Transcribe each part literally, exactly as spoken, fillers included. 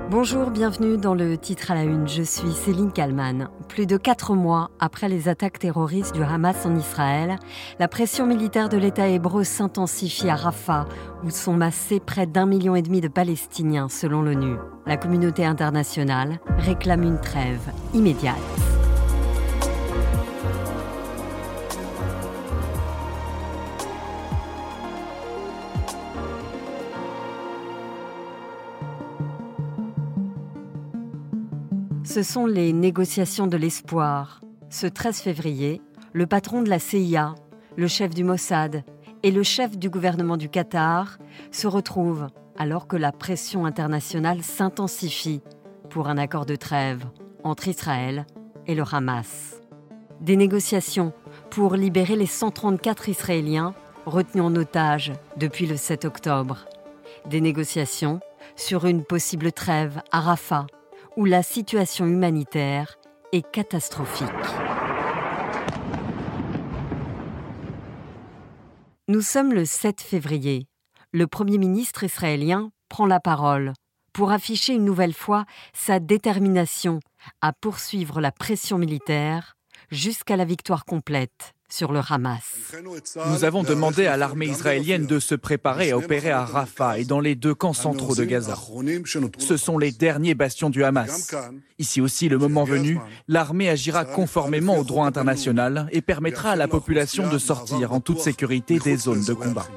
Bonjour, bienvenue dans le titre à la une. Je suis Céline Kallmann. Plus de quatre mois après les attaques terroristes du Hamas en Israël, la pression militaire de l'État hébreu s'intensifie à Rafah, où sont massés près d'un million et demi de Palestiniens, selon l'ONU. La communauté internationale réclame une trêve immédiate. Ce sont les négociations de l'espoir. Ce treize février, le patron de la C I A, le chef du Mossad et le chef du gouvernement du Qatar se retrouvent alors que la pression internationale s'intensifie pour un accord de trêve entre Israël et le Hamas. Des négociations pour libérer les cent trente-quatre Israéliens retenus en otage depuis le sept octobre. Des négociations sur une possible trêve à Rafah, où la situation humanitaire est catastrophique. Nous sommes le sept février. Le Premier ministre israélien prend la parole pour afficher une nouvelle fois sa détermination à poursuivre la pression militaire jusqu'à la victoire complète sur le Hamas. Nous avons demandé à l'armée israélienne de se préparer à opérer à Rafah et dans les deux camps centraux de Gaza. Ce sont les derniers bastions du Hamas. Ici aussi, le moment venu, l'armée agira conformément au droit international et permettra à la population de sortir en toute sécurité des zones de combat.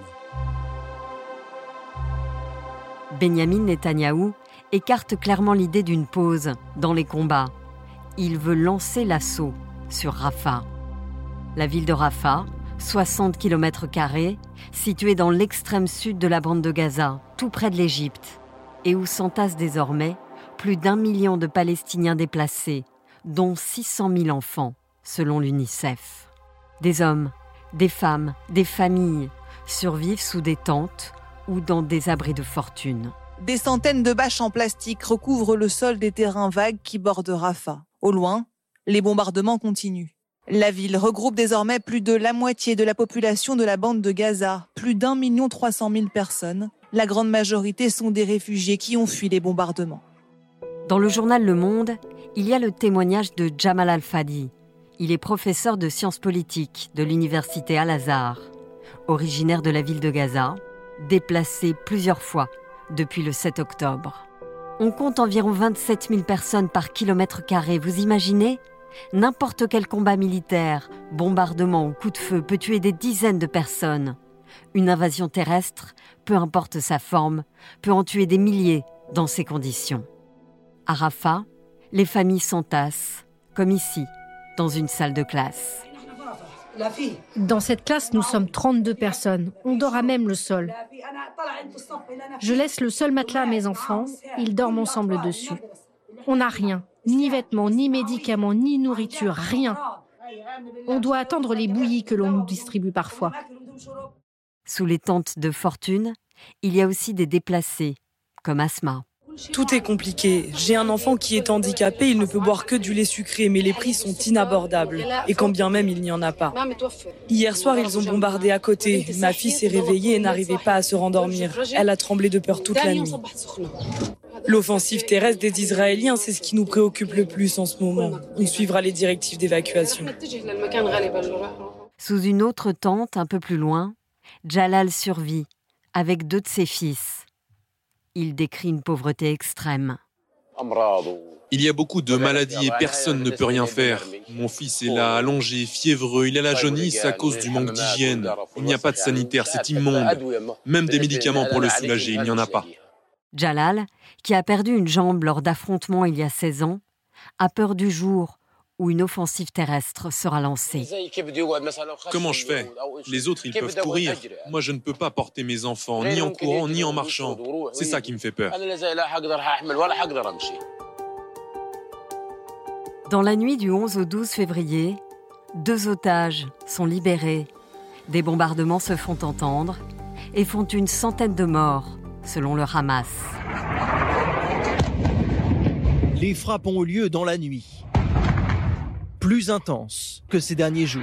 Benyamin Netanyahou écarte clairement l'idée d'une pause dans les combats. Il veut lancer l'assaut sur Rafah. La ville de Rafah, soixante kilomètres carrés, située dans l'extrême sud de la bande de Gaza, tout près de l'Égypte, et où s'entassent désormais plus d'un million de Palestiniens déplacés, dont six cent mille enfants, selon l'UNICEF. Des hommes, des femmes, des familles survivent sous des tentes ou dans des abris de fortune. Des centaines de bâches en plastique recouvrent le sol des terrains vagues qui bordent Rafah. Au loin, les bombardements continuent. La ville regroupe désormais plus de la moitié de la population de la bande de Gaza, plus d'un million trois cent mille personnes. La grande majorité sont des réfugiés qui ont fui les bombardements. Dans le journal Le Monde, il y a le témoignage de Jamal Al-Fadi. Il est professeur de sciences politiques de l'université Al-Azhar, originaire de la ville de Gaza, déplacé plusieurs fois depuis le sept octobre. On compte environ vingt-sept mille personnes par kilomètre carré, vous imaginez ? N'importe quel combat militaire, bombardement ou coup de feu peut tuer des dizaines de personnes. Une invasion terrestre, peu importe sa forme, peut en tuer des milliers dans ces conditions. À Rafah, les familles s'entassent, comme ici, dans une salle de classe. Dans cette classe, nous sommes trente-deux personnes. On dort à même le sol. Je laisse le seul matelas à mes enfants. Ils dorment ensemble dessus. On n'a rien. Ni vêtements, ni médicaments, ni nourriture, rien. On doit attendre les bouillies que l'on nous distribue parfois. Sous les tentes de fortune, il y a aussi des déplacés, comme Asma. Tout est compliqué. J'ai un enfant qui est handicapé, il ne peut boire que du lait sucré, mais les prix sont inabordables. Et quand bien même il n'y en a pas. Hier soir, ils ont bombardé à côté. Ma fille s'est réveillée et n'arrivait pas à se rendormir. Elle a tremblé de peur toute la nuit. L'offensive terrestre des Israéliens, c'est ce qui nous préoccupe le plus en ce moment. On suivra les directives d'évacuation. Sous une autre tente, un peu plus loin, Jalal survit, avec deux de ses fils. Il décrit une pauvreté extrême. Il y a beaucoup de maladies et personne ne peut rien faire. Mon fils est là, allongé, fiévreux, il a la jaunisse à cause du manque d'hygiène. Il n'y a pas de sanitaire, c'est immonde. Même des médicaments pour le soulager, il n'y en a pas. Jalal, qui a perdu une jambe lors d'affrontements il y a seize ans, a peur du jour où une offensive terrestre sera lancée. Comment je fais ? Les autres, ils peuvent courir. Moi, je ne peux pas porter mes enfants, ni en courant, ni en marchant. C'est ça qui me fait peur. Dans la nuit du onze au douze février, deux otages sont libérés. Des bombardements se font entendre et font une centaine de morts, selon le Hamas. Les frappes ont eu lieu dans la nuit, plus intense que ces derniers jours.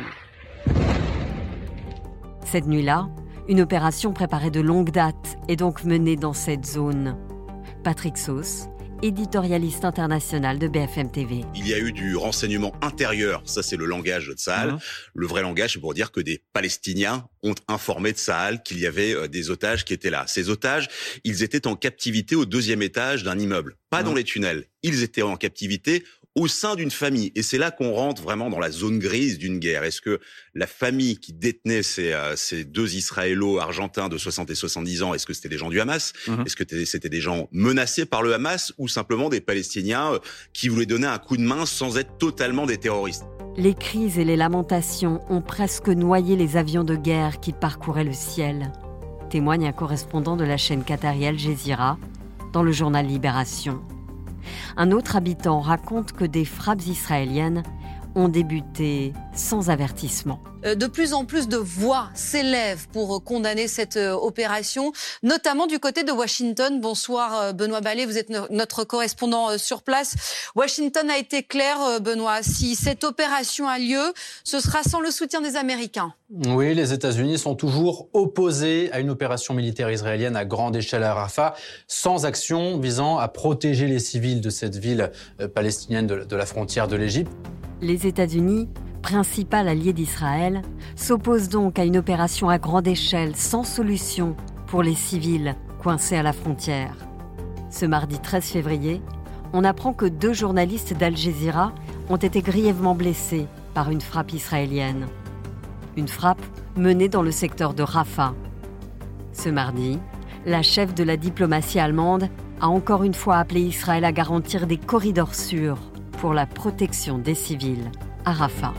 Cette nuit-là, une opération préparée de longue date est donc menée dans cette zone. Patrick Sauce, éditorialiste international de B F M T V. Il y a eu du renseignement intérieur, ça c'est le langage de Tsahal. Mmh. Le vrai langage, c'est pour dire que des Palestiniens ont informé Tsahal qu'il y avait des otages qui étaient là. Ces otages, ils étaient en captivité au deuxième étage d'un immeuble, pas mmh. dans les tunnels. Ils étaient en captivité au sein d'une famille. Et c'est là qu'on rentre vraiment dans la zone grise d'une guerre. Est-ce que la famille qui détenait ces, euh, ces deux Israélo-Argentins de soixante et soixante-dix ans, est-ce que c'était des gens du Hamas ? Mmh. Est-ce que c'était des gens menacés par le Hamas ou simplement des Palestiniens euh, qui voulaient donner un coup de main sans être totalement des terroristes ? Les cris et les lamentations ont presque noyé les avions de guerre qui parcouraient le ciel, témoigne un correspondant de la chaîne qatari Al Jazeera dans le journal Libération. Un autre habitant raconte que des frappes israéliennes ont débuté sans avertissement. De plus en plus de voix s'élèvent pour condamner cette opération, notamment du côté de Washington. Bonsoir Benoît Ballet, vous êtes notre correspondant sur place. Washington a été clair, Benoît, si cette opération a lieu, ce sera sans le soutien des Américains. Oui, les États-Unis sont toujours opposés à une opération militaire israélienne à grande échelle à Rafah, sans action visant à protéger les civils de cette ville palestinienne de la frontière de l'Égypte. Les États-Unis, principal allié d'Israël, s'opposent donc à une opération à grande échelle sans solution pour les civils coincés à la frontière. Ce mardi treize février, on apprend que deux journalistes d'Al Jazeera ont été grièvement blessés par une frappe israélienne. Une frappe menée dans le secteur de Rafah. Ce mardi, la chef de la diplomatie allemande a encore une fois appelé Israël à garantir des corridors sûrs pour la protection des civils à Rafah.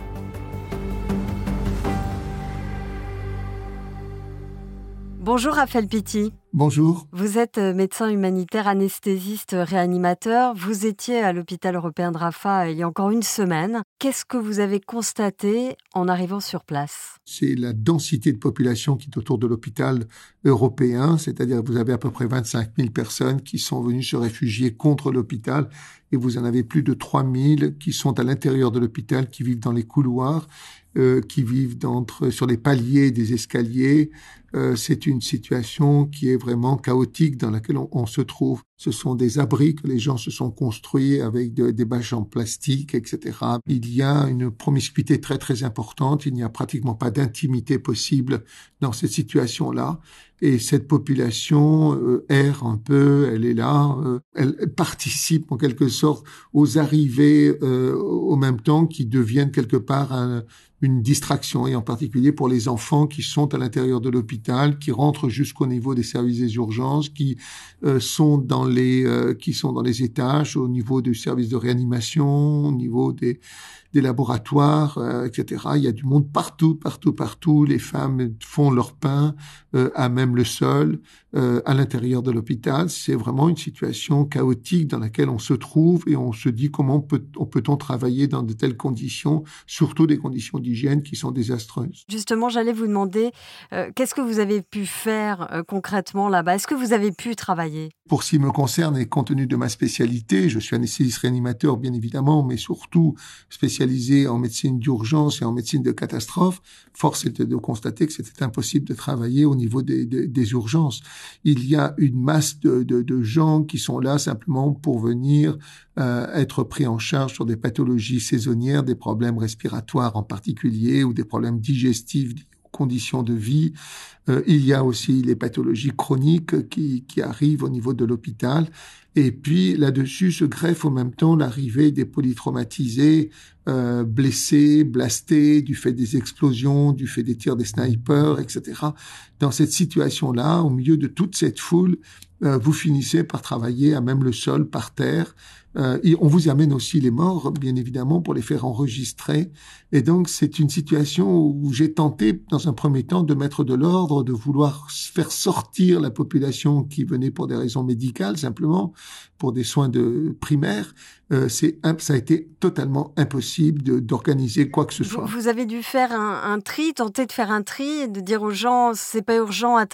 Bonjour Raphaël Pitti. Bonjour. Vous êtes médecin humanitaire, anesthésiste, réanimateur. Vous étiez à l'hôpital européen de Rafah il y a encore une semaine. Qu'est-ce que vous avez constaté en arrivant sur place ? C'est la densité de population qui est autour de l'hôpital européen, c'est-à-dire que vous avez à peu près vingt-cinq mille personnes qui sont venues se réfugier contre l'hôpital et vous en avez plus de trois mille qui sont à l'intérieur de l'hôpital, qui vivent dans les couloirs, euh, qui vivent d'entre, sur les paliers des escaliers. Euh, c'est une situation qui est vraiment chaotique dans laquelle on, on se trouve. Ce sont des abris que les gens se sont construits avec de, des bâches en plastique, et cetera. Il y a une promiscuité très très importante. Il n'y a pratiquement pas d'intimité possible dans cette situation-là. Et cette population euh, erre un peu, elle est là, euh, elle participe en quelque sorte aux arrivées euh, au même temps qui deviennent quelque part un, une distraction, et en particulier pour les enfants qui sont à l'intérieur de l'hôpital, qui rentrent jusqu'au niveau des services des urgences, qui euh, sont dans les euh, qui sont dans les étages, au niveau du service de réanimation, au niveau des des laboratoires, euh, et cetera. Il y a du monde partout, partout, partout. Les femmes font leur pain euh, à même le sol, euh, à l'intérieur de l'hôpital. C'est vraiment une situation chaotique dans laquelle on se trouve et on se dit comment peut, on peut-on travailler dans de telles conditions, surtout des conditions d'hygiène qui sont désastreuses. Justement, j'allais vous demander, euh, qu'est-ce que vous avez pu faire euh, concrètement là-bas ? Est-ce que vous avez pu travailler ? Pour ce qui me concerne et compte tenu de ma spécialité, je suis anesthésiste réanimateur bien évidemment, mais surtout spécialisé en médecine d'urgence et en médecine de catastrophe, force était de constater que c'était impossible de travailler au niveau des, des, des urgences. Il y a une masse de, de, de gens qui sont là simplement pour venir euh, être pris en charge sur des pathologies saisonnières, des problèmes respiratoires en particulier ou des problèmes digestifs, conditions de vie. Euh, il y a aussi les pathologies chroniques qui, qui arrivent au niveau de l'hôpital. Et puis, là-dessus, se greffe en même temps l'arrivée des polytraumatisés, euh, blessés, blastés, du fait des explosions, du fait des tirs des snipers, et cetera. Dans cette situation-là, au milieu de toute cette foule, euh, vous finissez par travailler à même le sol, par terre. Euh, et on vous amène aussi les morts, bien évidemment, pour les faire enregistrer. Et donc, c'est une situation où j'ai tenté, dans un premier temps, de mettre de l'ordre, de vouloir faire sortir la population qui venait pour des raisons médicales, simplement, pour des soins de primaires. Euh, c'est, ça a été totalement impossible de, d'organiser quoi que ce soit. Vous, vous avez dû faire un, un tri, tenter de faire un tri, et de dire aux gens, c'est pas urgent, attendez ?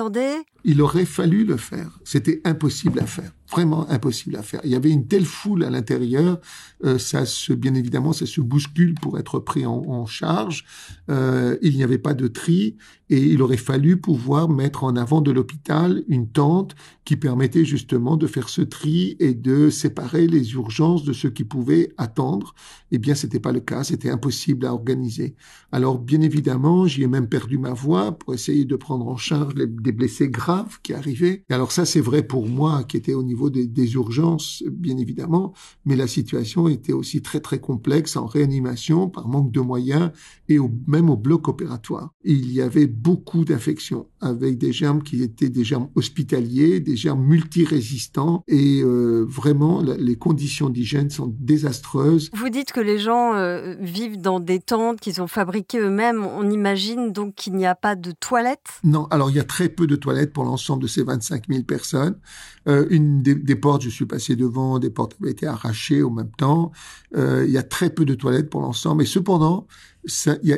Il aurait fallu le faire. C'était impossible à faire. Vraiment impossible à faire. Il y avait une telle foule à l'intérieur, euh, ça se, bien évidemment, ça se bouscule pour être pris en, en charge. Euh, il n'y avait pas de tri et il aurait fallu pouvoir mettre en avant de l'hôpital une tente qui permettait justement de faire ce tri et de séparer les urgences de ceux qui pouvaient attendre. Eh bien, c'était pas le cas. C'était impossible à organiser. Alors, bien évidemment, j'y ai même perdu ma voix pour essayer de prendre en charge les, des blessés graves qui arrivaient. Et alors ça, c'est vrai pour moi qui était au niveau Des, des urgences, bien évidemment, mais la situation était aussi très très complexe en réanimation par manque de moyens et au, même au bloc opératoire. Il y avait beaucoup d'infections avec des germes qui étaient des germes hospitaliers, des germes multirésistants et euh, vraiment la, les conditions d'hygiène sont désastreuses. Vous dites que les gens euh, vivent dans des tentes qu'ils ont fabriquées eux-mêmes. On imagine donc qu'il n'y a pas de toilettes ? Non, alors il y a très peu de toilettes pour l'ensemble de ces vingt-cinq mille personnes. Euh, une des, des portes, je suis passé devant, des portes avaient été arrachées au même temps. Euh, il y a très peu de toilettes pour l'ensemble. Et cependant, ça, il y a,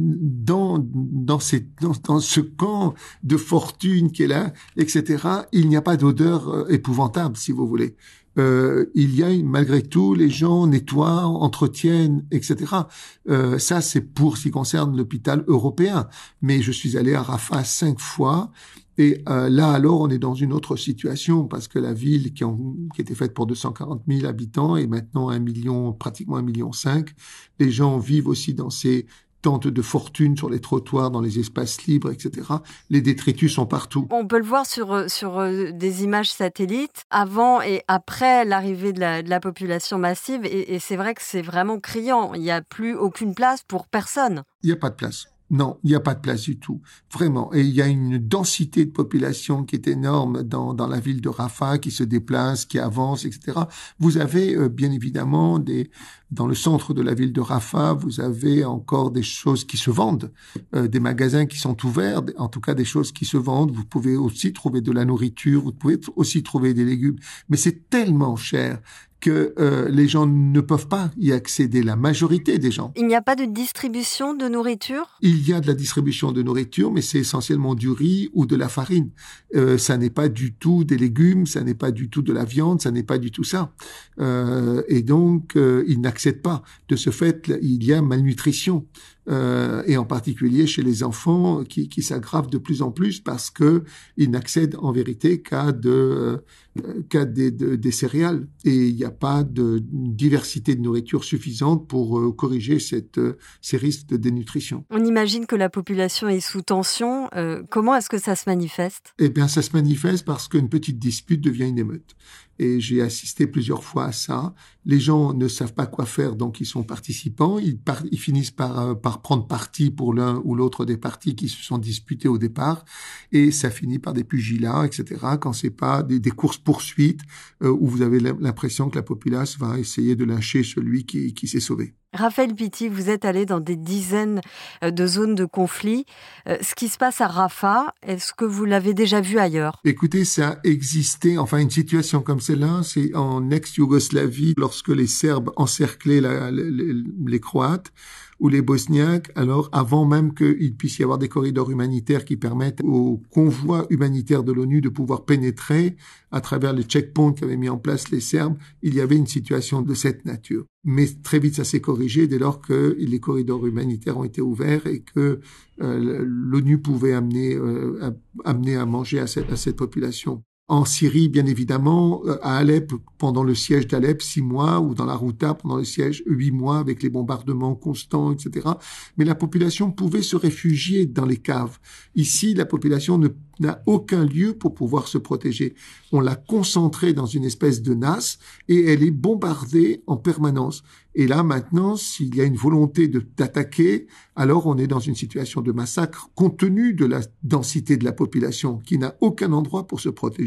dans, dans, ces, dans, dans ce camp de fortune qui est là, et cetera, il n'y a pas d'odeur euh, épouvantable, si vous voulez. Euh, il y a, malgré tout, les gens nettoient, entretiennent, et cetera. Euh, ça, c'est pour ce qui concerne l'hôpital européen. Mais je suis allé à Rafah cinq fois. Et euh, là, alors, on est dans une autre situation parce que la ville qui, en, qui était faite pour deux cent quarante mille habitants est maintenant un million, pratiquement un million cinq. Les gens vivent aussi dans ces tentes de fortune sur les trottoirs, dans les espaces libres, et cetera. Les détritus sont partout. On peut le voir sur, sur des images satellites, avant et après l'arrivée de la, de la population massive. Et, et c'est vrai que c'est vraiment criant. Il n'y a plus aucune place pour personne. Il n'y a pas de place. Non, il n'y a pas de place du tout, vraiment. Et il y a une densité de population qui est énorme dans, dans la ville de Rafah, qui se déplace, qui avance, et cetera. Vous avez euh, bien évidemment des, dans le centre de la ville de Rafah, vous avez encore des choses qui se vendent, euh, des magasins qui sont ouverts, en tout cas des choses qui se vendent. Vous pouvez aussi trouver de la nourriture, vous pouvez aussi trouver des légumes, mais c'est tellement cher que euh, les gens ne peuvent pas y accéder, la majorité des gens. Il n'y a pas de distribution de nourriture ? Il y a de la distribution de nourriture, mais c'est essentiellement du riz ou de la farine. Euh, ça n'est pas du tout des légumes, ça n'est pas du tout de la viande, ça n'est pas du tout ça. Euh, et donc, euh, ils n'accèdent pas. De ce fait, il y a malnutrition. Euh, et en particulier chez les enfants qui, qui s'aggravent de plus en plus parce que ils n'accèdent en vérité qu'à de, euh, qu'à des, de, des céréales et il n'y a pas de diversité de nourriture suffisante pour euh, corriger cette, euh, ces risques de dénutrition. On imagine que la population est sous tension. Euh, comment est-ce que ça se manifeste ? Eh bien, ça se manifeste parce qu'une petite dispute devient une émeute. Et j'ai assisté plusieurs fois à ça. Les gens ne savent pas quoi faire, donc ils sont participants. Ils, par, ils finissent par, euh, par prendre parti pour l'un ou l'autre des partis qui se sont disputés au départ. Et ça finit par des pugilats, et cetera. Quand c'est pas des, des courses-poursuites euh, où vous avez l'impression que la populace va essayer de lyncher celui qui, qui s'est sauvé. Raphaël Pitti, vous êtes allé dans des dizaines de zones de conflit. Euh, ce qui se passe à Rafah, est-ce que vous l'avez déjà vu ailleurs ? Écoutez, ça a existé, enfin une situation comme celle-là, c'est en ex-Yougoslavie, lorsque les Serbes encerclaient la, les, les Croates ou les Bosniaques, alors avant même qu'il puisse y avoir des corridors humanitaires qui permettent aux convois humanitaires de l'ONU de pouvoir pénétrer à travers les checkpoints qu'avaient mis en place les Serbes, il y avait une situation de cette nature. Mais très vite, ça s'est corrigé dès lors que les corridors humanitaires ont été ouverts et que euh, l'ONU pouvait amener, euh, à, amener à manger à cette, à cette population. En Syrie, bien évidemment, à Alep, pendant le siège d'Alep, six mois, ou dans la Ghouta, pendant le siège, huit mois, avec les bombardements constants, et cetera. Mais la population pouvait se réfugier dans les caves. Ici, la population ne, n'a aucun lieu pour pouvoir se protéger. On l'a concentrée dans une espèce de nasse et elle est bombardée en permanence. Et là, maintenant, s'il y a une volonté de, d'attaquer, alors on est dans une situation de massacre compte tenu de la densité de la population qui n'a aucun endroit pour se protéger.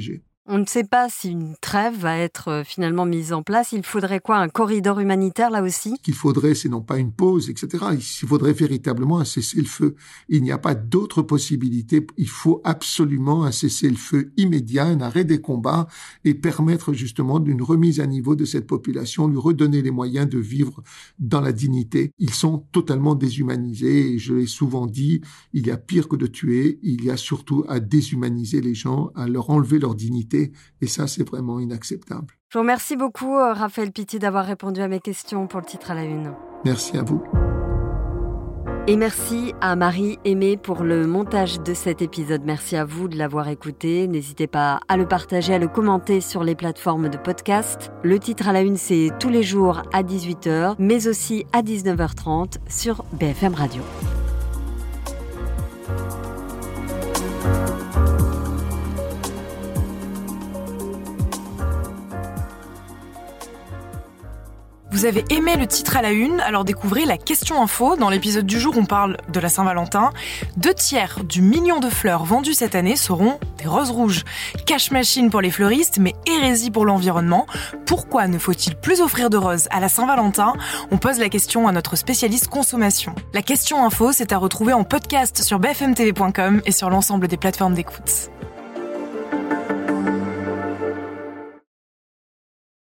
On ne sait pas si une trêve va être finalement mise en place. Il faudrait quoi, un corridor humanitaire là aussi ? Ce qu'il faudrait, c'est non pas une pause, et cetera. Il faudrait véritablement un cessez-le-feu. Il n'y a pas d'autre possibilité. Il faut absolument un cessez-le-feu immédiat, un arrêt des combats et permettre justement une remise à niveau de cette population, lui redonner les moyens de vivre dans la dignité. Ils sont totalement déshumanisés et je l'ai souvent dit, il y a pire que de tuer, il y a surtout à déshumaniser les gens, à leur enlever leur dignité et ça c'est vraiment inacceptable. Je vous remercie beaucoup Raphaël Pitti d'avoir répondu à mes questions pour le titre à la une. Merci à vous. Et merci à Marie Aimée pour le montage de cet épisode. Merci à vous de l'avoir écouté. N'hésitez pas à le partager, à le commenter sur les plateformes de podcast. Le titre à la une, c'est tous les jours à dix-huit heures, mais aussi à dix-neuf heures trente sur B F M Radio. Vous avez aimé le titre à la une, alors découvrez la question info. Dans l'épisode du jour, on parle de la Saint-Valentin. Deux tiers du million de fleurs vendues cette année seront des roses rouges. Cash machine pour les fleuristes, mais hérésie pour l'environnement. Pourquoi ne faut-il plus offrir de roses à la Saint-Valentin ? On pose la question à notre spécialiste consommation. La question info, c'est à retrouver en podcast sur b f m t v point com et sur l'ensemble des plateformes d'écoute.